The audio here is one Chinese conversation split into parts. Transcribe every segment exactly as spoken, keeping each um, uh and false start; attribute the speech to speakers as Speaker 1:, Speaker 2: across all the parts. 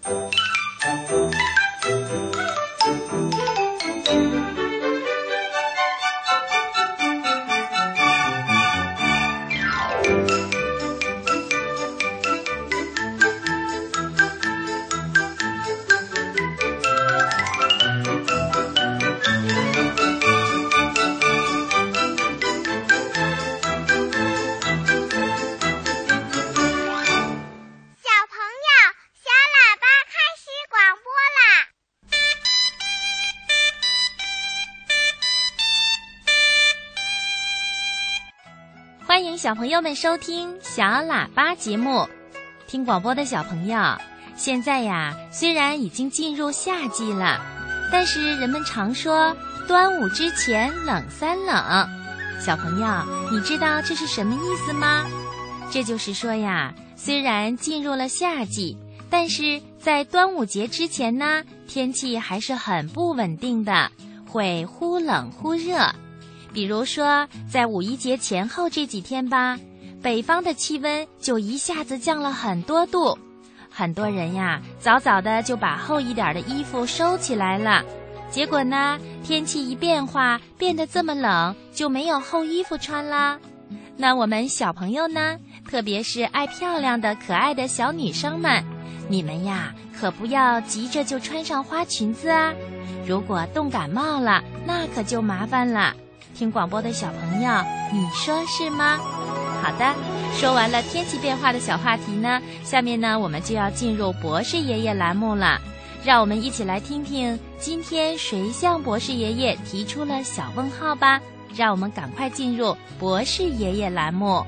Speaker 1: 欢迎小朋友们收听小喇叭节目。听广播的小朋友，现在呀，虽然已经进入夏季了，但是人们常说端午之前冷三冷。小朋友，你知道这是什么意思吗？这就是说呀，虽然进入了夏季，但是在端午节之前呢，天气还是很不稳定的，会忽冷忽热。比如说在五一节前后这几天吧，北方的气温就一下子降了很多度，很多人呀早早的就把厚一点的衣服收起来了，结果呢，天气一变化，变得这么冷，就没有厚衣服穿啦。那我们小朋友呢，特别是爱漂亮的可爱的小女生们，你们呀可不要急着就穿上花裙子啊，如果冻感冒了，那可就麻烦了。听广播的小朋友，你说是吗？好的，说完了天气变化的小话题呢，下面呢我们就要进入博士爷爷栏目了。让我们一起来听听今天谁向博士爷爷提出了小问号吧。让我们赶快进入博士爷爷栏目。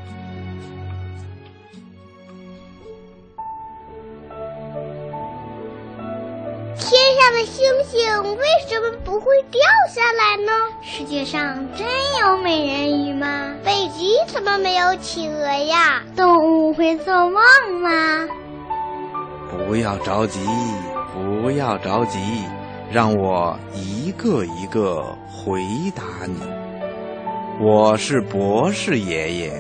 Speaker 2: 天上的星星为什么不会掉下来呢？世界上真有美人鱼吗？北极怎么没有企鹅呀？动物会做梦吗？
Speaker 3: 不要着急，不要着急，让我一个一个回答你。我是博士爷爷。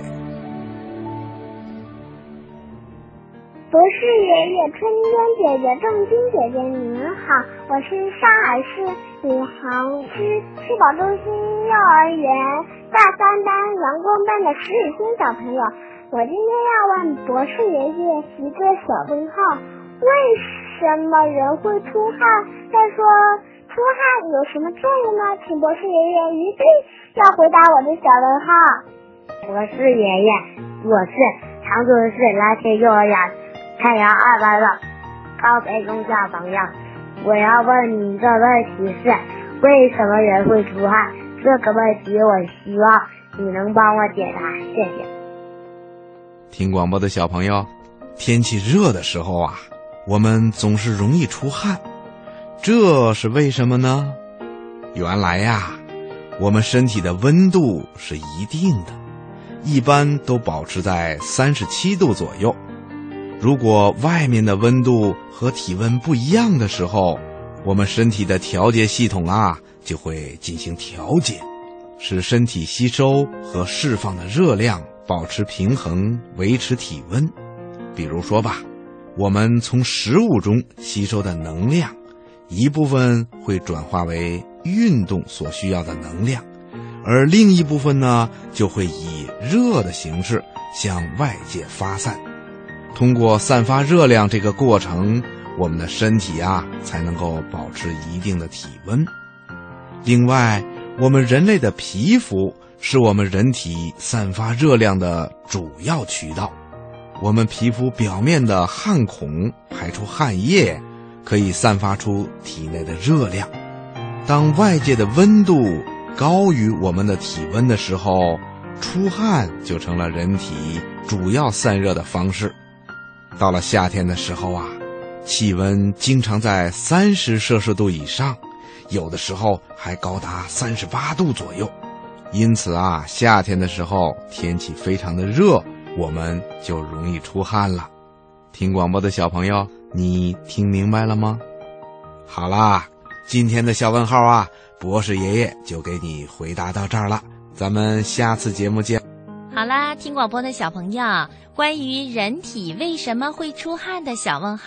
Speaker 2: 博士爷爷、春天姐姐、正晶姐姐，你们好，我是上海市闵行区吃饱中心幼儿园大三班阳光班的石雨欣小朋友。我今天要问博士爷爷一个小问号：为什么人会出汗？再说出汗有什么作用呢？请博士爷爷一定要回答我的小问号。
Speaker 4: 博士爷爷，我是长春市蓝天幼儿园太阳二班的高培忠小朋友，我要问你一个问题是，为什么人会出汗？这个问题我希望你能帮我解答，谢谢。
Speaker 3: 听广播的小朋友，天气热的时候啊，我们总是容易出汗，这是为什么呢？原来呀，我们身体的温度是一定的，一般都保持在三十七度左右。如果外面的温度和体温不一样的时候，我们身体的调节系统啊就会进行调节，使身体吸收和释放的热量保持平衡，维持体温。比如说吧，我们从食物中吸收的能量，一部分会转化为运动所需要的能量，而另一部分呢，就会以热的形式向外界发散。通过散发热量这个过程，我们的身体啊才能够保持一定的体温。另外，我们人类的皮肤是我们人体散发热量的主要渠道。我们皮肤表面的汗孔排出汗液，可以散发出体内的热量。当外界的温度高于我们的体温的时候，出汗就成了人体主要散热的方式。到了夏天的时候啊，气温经常在三十摄氏度以上，有的时候还高达三十八度左右。因此啊，夏天的时候天气非常的热，我们就容易出汗了。听广播的小朋友，你听明白了吗？好啦，今天的小问号啊，博士爷爷就给你回答到这儿了，咱们下次节目见。
Speaker 1: 好啦，听广播的小朋友，关于人体为什么会出汗的小问号，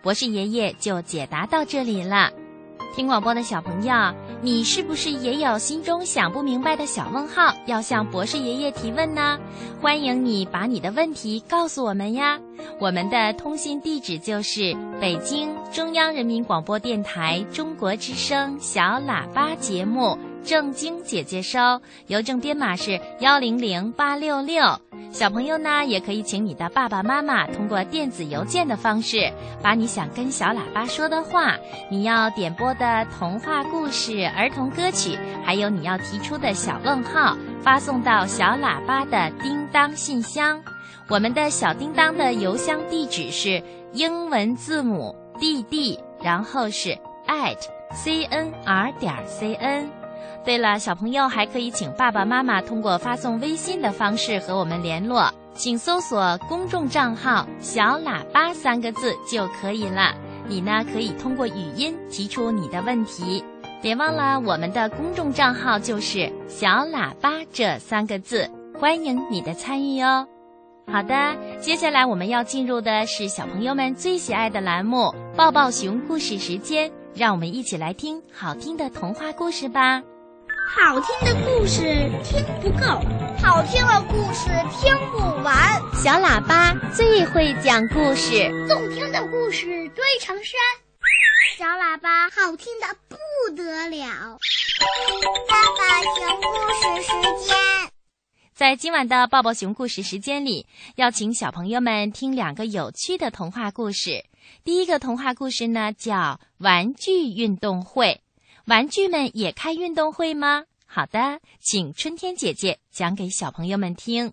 Speaker 1: 博士爷爷就解答到这里了。听广播的小朋友，你是不是也有心中想不明白的小问号要向博士爷爷提问呢？欢迎你把你的问题告诉我们呀。我们的通信地址就是北京中央人民广播电台中国之声小喇叭节目正经姐姐收，邮政编码是幺零零八六六。小朋友呢，也可以请你的爸爸妈妈通过电子邮件的方式，把你想跟小喇叭说的话，你要点播的童话故事、儿童歌曲，还有你要提出的小问号，发送到小喇叭的叮当信箱。我们的小叮当的邮箱地址是英文字母 D D， 然后是 at c n r 点 c n。对了，小朋友还可以请爸爸妈妈通过发送微信的方式和我们联络，请搜索公众账号小喇叭三个字就可以了。你呢，可以通过语音提出你的问题，别忘了我们的公众账号就是小喇叭这三个字，欢迎你的参与哦。好的，接下来我们要进入的是小朋友们最喜爱的栏目抱抱熊故事时间，让我们一起来听好听的童话故事吧。
Speaker 2: 好听的故事听不够，好听的故事听不完。
Speaker 1: 小喇叭最会讲故事，
Speaker 2: 动听的故事堆成山。小喇叭好听的不得了。抱抱熊故事时间。
Speaker 1: 在今晚的抱抱熊故事时间里，要请小朋友们听两个有趣的童话故事。第一个童话故事呢，叫玩具运动会。玩具们也开运动会吗？好的，请春天姐姐讲给小朋友们听。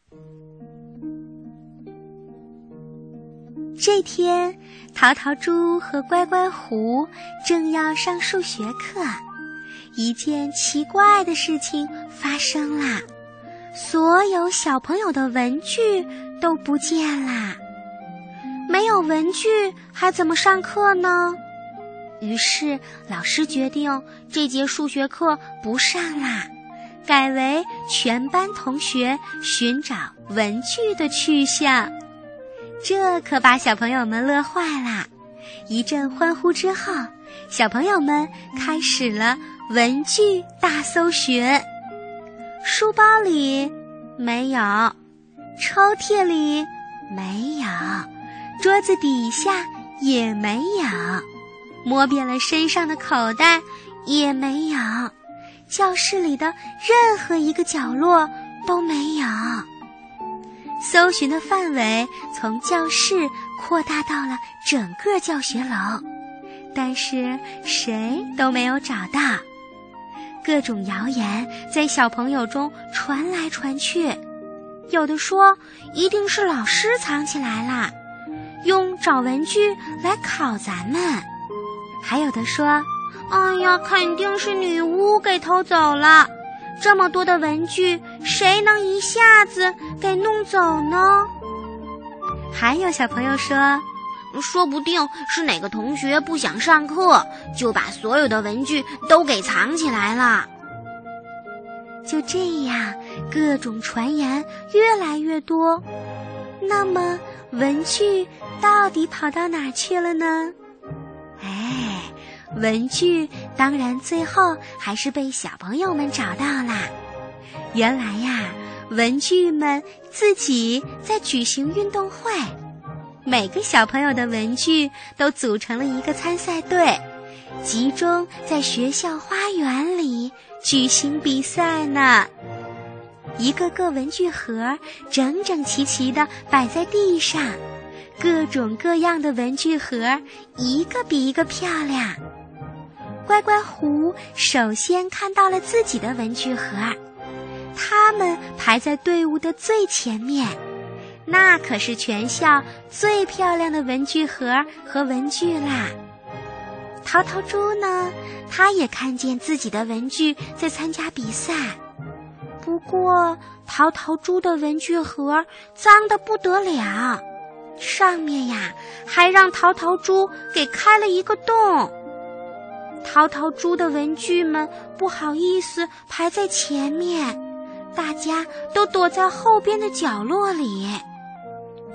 Speaker 5: 这天，淘淘猪和乖乖狐正要上数学课，一件奇怪的事情发生啦，所有小朋友的文具都不见啦。没有文具还怎么上课呢？于是老师决定这节数学课不上啦，改为全班同学寻找文具的去向。这可把小朋友们乐坏啦，一阵欢呼之后，小朋友们开始了文具大搜寻。书包里没有，抽屉里没有，桌子底下也没有，摸遍了身上的口袋也没有，教室里的任何一个角落都没有。搜寻的范围从教室扩大到了整个教学楼，但是谁都没有找到。各种谣言在小朋友中传来传去，有的说一定是老师藏起来啦，用找文具来考咱们。还有的说，哎呀，肯定是女巫给偷走了，这么多的文具，谁能一下子给弄走呢？还有小朋友说，说不定是哪个同学不想上课，就把所有的文具都给藏起来了。就这样，各种传言越来越多。那么，文具到底跑到哪去了呢？哎，文具当然最后还是被小朋友们找到啦。原来呀，文具们自己在举行运动会，每个小朋友的文具都组成了一个参赛队，集中在学校花园里举行比赛呢。一个个文具盒整整齐齐地摆在地上，各种各样的文具盒一个比一个漂亮。乖乖狐首先看到了自己的文具盒，他们排在队伍的最前面，那可是全校最漂亮的文具盒和文具啦。淘淘猪呢，他也看见自己的文具在参加比赛，不过淘淘猪的文具盒脏得不得了，上面呀还让淘淘猪给开了一个洞。淘淘猪的文具们不好意思排在前面，大家都躲在后边的角落里。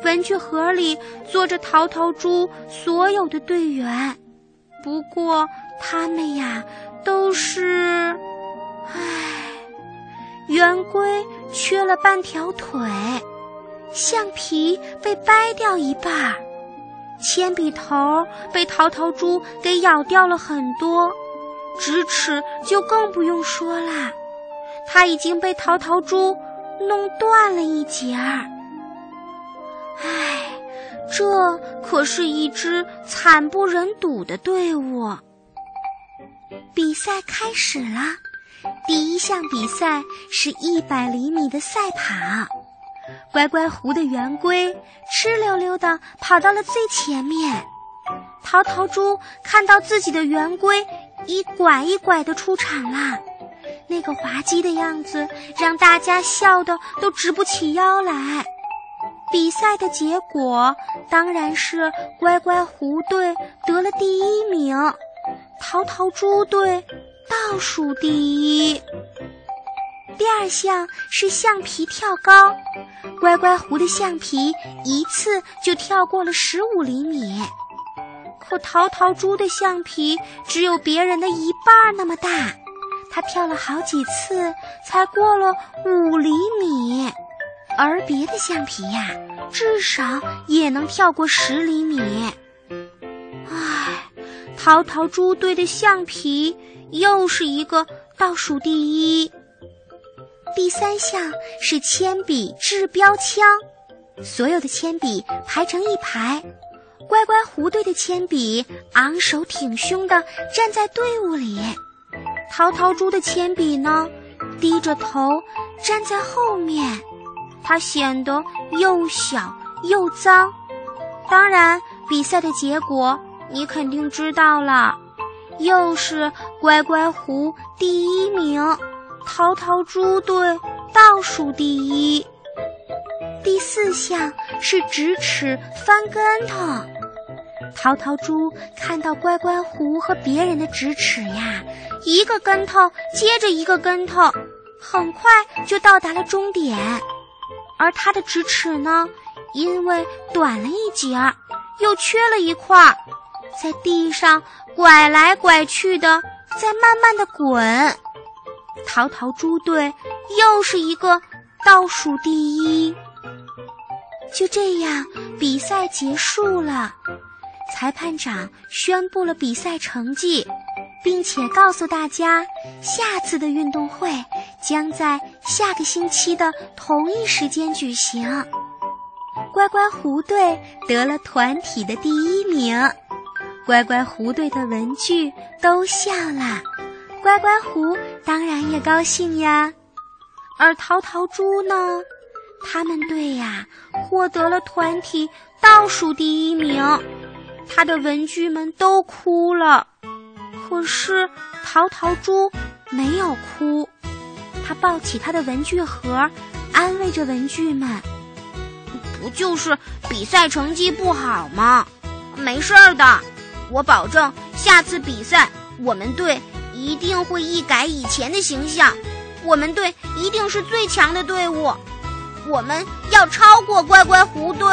Speaker 5: 文具盒里坐着淘淘猪所有的队员，不过他们呀都是……唉，圆规缺了半条腿，橡皮被掰掉一半，铅笔头被淘淘猪给咬掉了很多，直尺就更不用说啦，它已经被淘淘猪弄断了一截儿。唉，这可是一支惨不忍睹的队伍。比赛开始了，第一项比赛是一百厘米的赛跑。乖乖湖的圆规哧溜溜地跑到了最前面，淘淘猪看到自己的圆规一拐一拐地出场了，那个滑稽的样子让大家笑得都直不起腰来。比赛的结果当然是乖乖湖队得了第一名，淘淘猪队倒数第一。第二项是橡皮跳高，乖乖湖的橡皮一次就跳过了十五厘米，可淘淘猪的橡皮只有别人的一半那么大，他跳了好几次才过了五厘米，而别的橡皮呀，至少也能跳过十厘米。唉，淘淘猪队的橡皮又是一个倒数第一。第三项是铅笔掷标枪，所有的铅笔排成一排，乖乖湖队的铅笔昂首挺胸地站在队伍里，淘淘猪的铅笔呢，低着头站在后面，它显得又小又脏。当然，比赛的结果你肯定知道了，又是乖乖湖第一名，淘淘猪队倒数第一。第四项是直尺翻跟头，淘淘猪看到乖乖湖和别人的直尺呀，一个跟头接着一个跟头，很快就到达了终点。而他的直尺呢，因为短了一截儿，又缺了一块，在地上拐来拐去的，在慢慢的滚。淘淘猪队又是一个倒数第一。就这样，比赛结束了，裁判长宣布了比赛成绩，并且告诉大家，下次的运动会将在下个星期的同一时间举行。乖乖湖队得了团体的第一名，乖乖湖队的文具都笑了，乖乖湖当然也高兴呀。而淘淘猪呢，他们队呀获得了团体倒数第一名，他的文具们都哭了，可是淘淘猪没有哭，他抱起他的文具盒，安慰着文具们，不就是比赛成绩不好吗？没事儿的，我保证下次比赛我们队一定会一改以前的形象，我们队一定是最强的队伍，我们要超过乖乖湖队。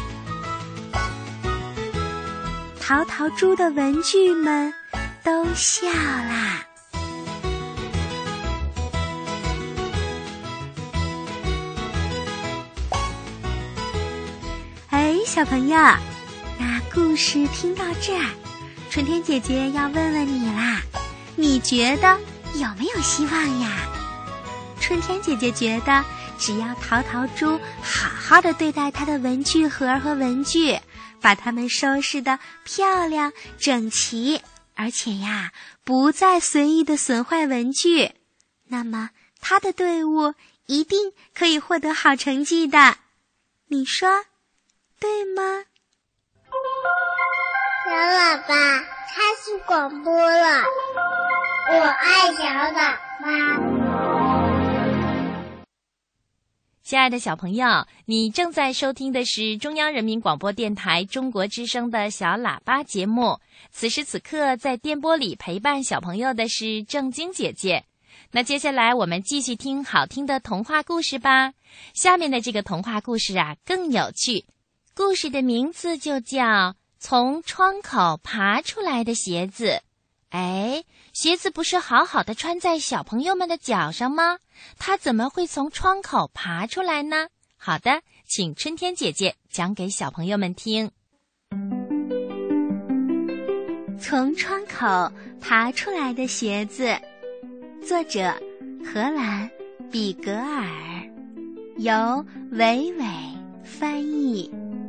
Speaker 5: 淘淘猪的文具们都笑啦。哎，小朋友，那故事听到这儿，春天姐姐要问问你啦，你觉得有没有希望呀？春天姐姐觉得，只要淘淘猪好好的对待他的文具盒和文具，把它们收拾得漂亮整齐，而且呀，不再随意的损坏文具，那么他的队伍一定可以获得好成绩的。你说对吗？
Speaker 2: 小喇叭开始广播了，我爱小喇叭。
Speaker 1: 亲爱的小朋友，你正在收听的是中央人民广播电台中国之声的小喇叭节目。此时此刻在电波里陪伴小朋友的是正晶姐姐。那接下来我们继续听好听的童话故事吧。下面的这个童话故事啊更有趣， 故事的名字就叫《从窗口爬出来的鞋子》。哎，鞋子不是好好的穿在小朋友们的脚上吗？它怎么会从窗口爬出来呢？好的，请春天姐姐讲给小朋友们听。
Speaker 5: 从窗口爬出来的鞋子，作者荷兰比格尔，由伟伟翻译。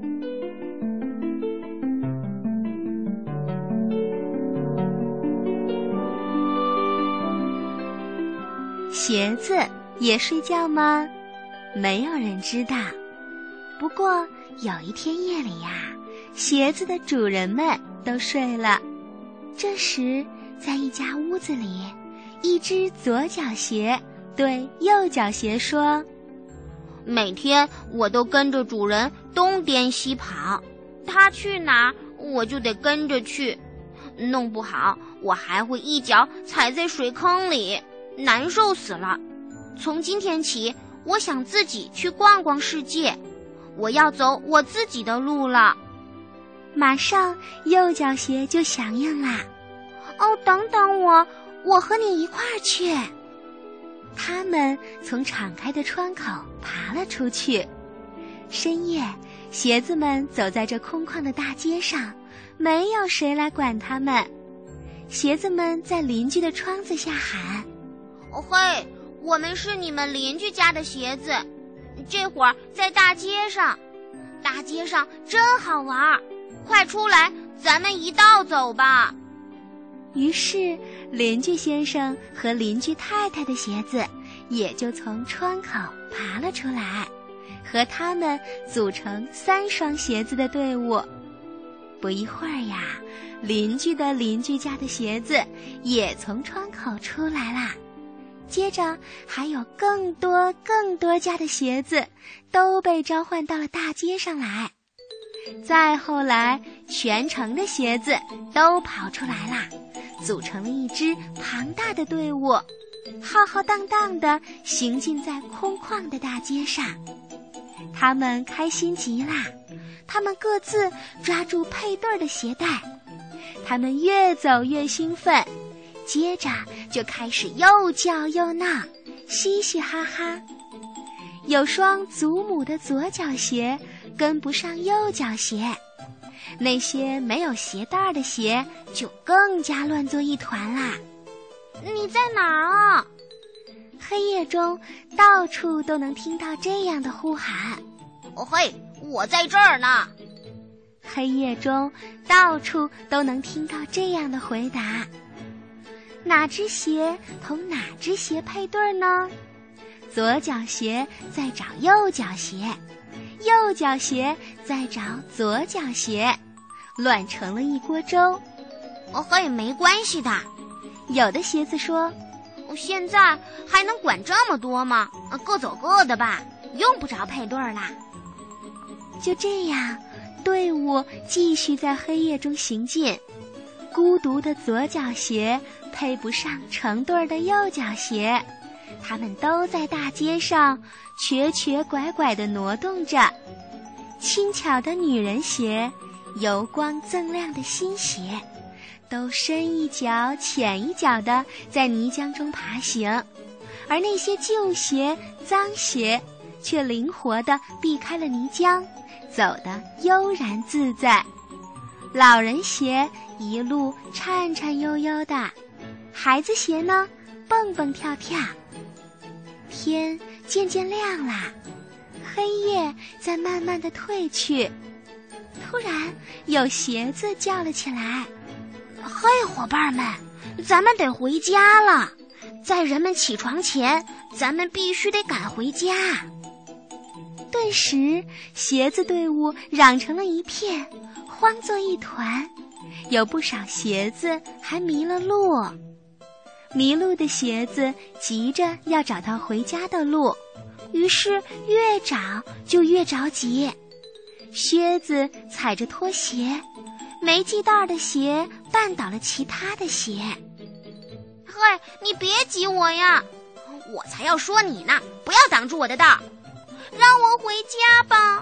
Speaker 5: 鞋子也睡觉吗？没有人知道。不过有一天夜里呀，鞋子的主人们都睡了。这时，在一家屋子里，一只左脚鞋对右脚鞋说：“
Speaker 6: 每天我都跟着主人东颠西跑，他去哪儿我就得跟着去，弄不好我还会一脚踩在水坑里，难受死了。从今天起，我想自己去逛逛世界，我要走我自己的路了。”
Speaker 5: 马上右脚鞋就响应啦。
Speaker 6: 哦，等等我，我和你一块儿去。
Speaker 5: 他们从敞开的窗口爬了出去。深夜，鞋子们走在这空旷的大街上，没有谁来管他们。鞋子们在邻居的窗子下喊：“
Speaker 6: 哦嘿，我们是你们邻居家的鞋子，这会儿在大街上，大街上真好玩，快出来，咱们一道走吧。”
Speaker 5: 于是邻居先生和邻居太太的鞋子也就从窗口爬了出来，和他们组成三双鞋子的队伍。不一会儿呀，邻居的邻居家的鞋子也从窗口出来啦。接着还有更多更多家的鞋子都被召唤到了大街上来。再后来，全城的鞋子都跑出来啦，组成了一支庞大的队伍，浩浩荡荡地行进在空旷的大街上。他们开心极啦，他们各自抓住配对的鞋带，他们越走越兴奋，接着就开始又叫又闹，嘻嘻哈哈。有双祖母的左脚鞋跟不上右脚鞋，那些没有鞋带的鞋就更加乱作一团啦。
Speaker 6: 你在哪儿啊？
Speaker 5: 黑夜中到处都能听到这样的呼喊。
Speaker 6: 哦嘿，我在这儿呢。
Speaker 5: 黑夜中到处都能听到这样的回答。哪只鞋同哪只鞋配对呢？左脚鞋在找右脚鞋，右脚鞋在找左脚鞋，乱成了一锅粥。
Speaker 6: 哦嘿，没关系的。
Speaker 5: 有的鞋子说：“
Speaker 6: 现在还能管这么多吗？各走各的吧，用不着配对啦。”
Speaker 5: 就这样，队伍继续在黑夜中行进。孤独的左脚鞋配不上成对的右脚鞋，他们都在大街上瘸瘸拐拐地挪动着。轻巧的女人鞋，油光锃亮的新鞋，都深一脚浅一脚地在泥浆中爬行，而那些旧鞋、脏鞋却灵活地避开了泥浆，走得悠然自在。老人鞋一路颤颤悠悠的，孩子鞋呢，蹦蹦跳跳。天渐渐亮啦，黑夜在慢慢地退去。突然，有鞋子叫了起来：“
Speaker 6: 嘿，伙伴们，咱们得回家了！在人们起床前，咱们必须得赶回家。”
Speaker 5: 顿时，鞋子队伍嚷成了一片，慌作一团。有不少鞋子还迷了路。迷路的鞋子急着要找到回家的路，于是越找就越着急。靴子踩着拖鞋，没系带的鞋绊倒了其他的鞋。
Speaker 6: 嘿，你别挤我呀！我才要说你呢，不要挡住我的道，让我回家吧！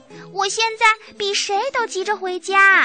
Speaker 6: 我现在比谁都急着回家。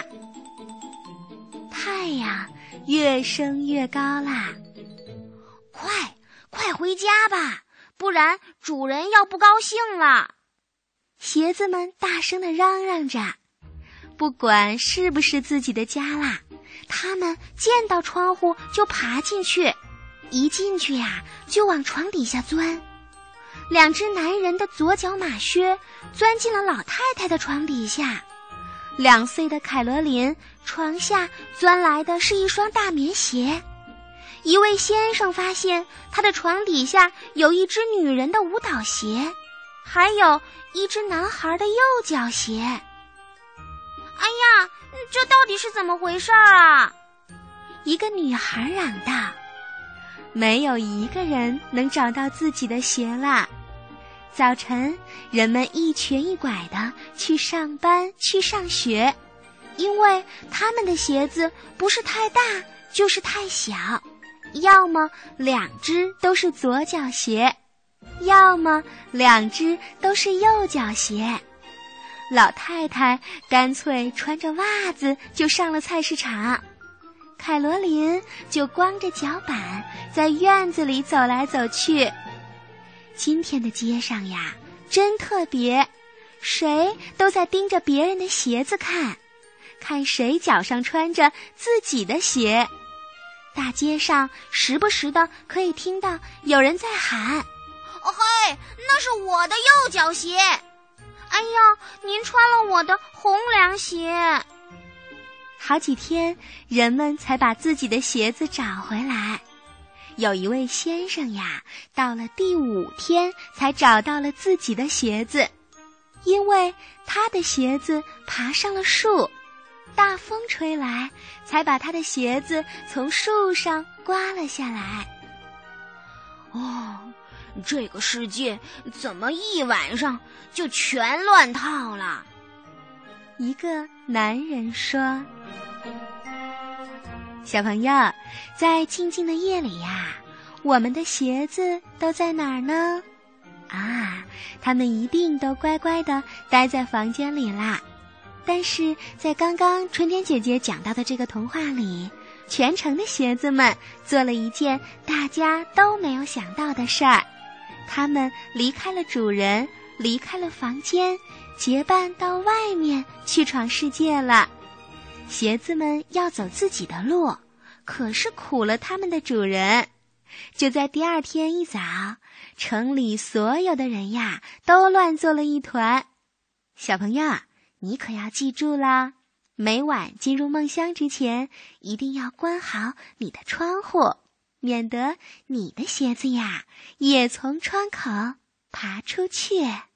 Speaker 5: 太阳越升越高啦，
Speaker 6: 快快回家吧，不然主人要不高兴了。
Speaker 5: 鞋子们大声地嚷嚷着，不管是不是自己的家啦，他们见到窗户就爬进去，一进去呀、啊、就往床底下钻。两只男人的左脚马靴钻进了老太太的床底下，两岁的凯罗琳床下钻来的是一双大棉鞋。一位先生发现他的床底下有一只女人的舞蹈鞋，还有一只男孩的右脚鞋。
Speaker 6: 哎呀，这到底是怎么回事啊？
Speaker 5: 一个女孩嚷道。没有一个人能找到自己的鞋啦。早晨，人们一瘸一拐地去上班去上学，因为他们的鞋子不是太大就是太小，要么两只都是左脚鞋，要么两只都是右脚鞋。老太太干脆穿着袜子就上了菜市场，凯罗琳就光着脚板在院子里走来走去。今天的街上呀，真特别，谁都在盯着别人的鞋子看，看谁脚上穿着自己的鞋。大街上时不时的可以听到有人在喊：
Speaker 6: 哦嘿，那是我的右脚鞋！哎呀，您穿了我的红凉鞋！
Speaker 5: 好几天，人们才把自己的鞋子找回来。有一位先生呀，到了第五天才找到了自己的鞋子，因为他的鞋子爬上了树，大风吹来，才把他的鞋子从树上刮了下来。
Speaker 6: 哦，这个世界怎么一晚上就全乱套了？
Speaker 5: 一个男人说。小朋友，在静静的夜里呀，我们的鞋子都在哪儿呢？啊，他们一定都乖乖地待在房间里啦。但是在刚刚春天姐姐讲到的这个童话里，全城的鞋子们做了一件大家都没有想到的事儿，他们离开了主人，离开了房间，结伴到外面去闯世界了。鞋子们要走自己的路，可是苦了他们的主人。就在第二天一早，城里所有的人呀都乱作了一团。小朋友，你可要记住啦，每晚进入梦乡之前，一定要关好你的窗户，免得你的鞋子呀也从窗口爬出去。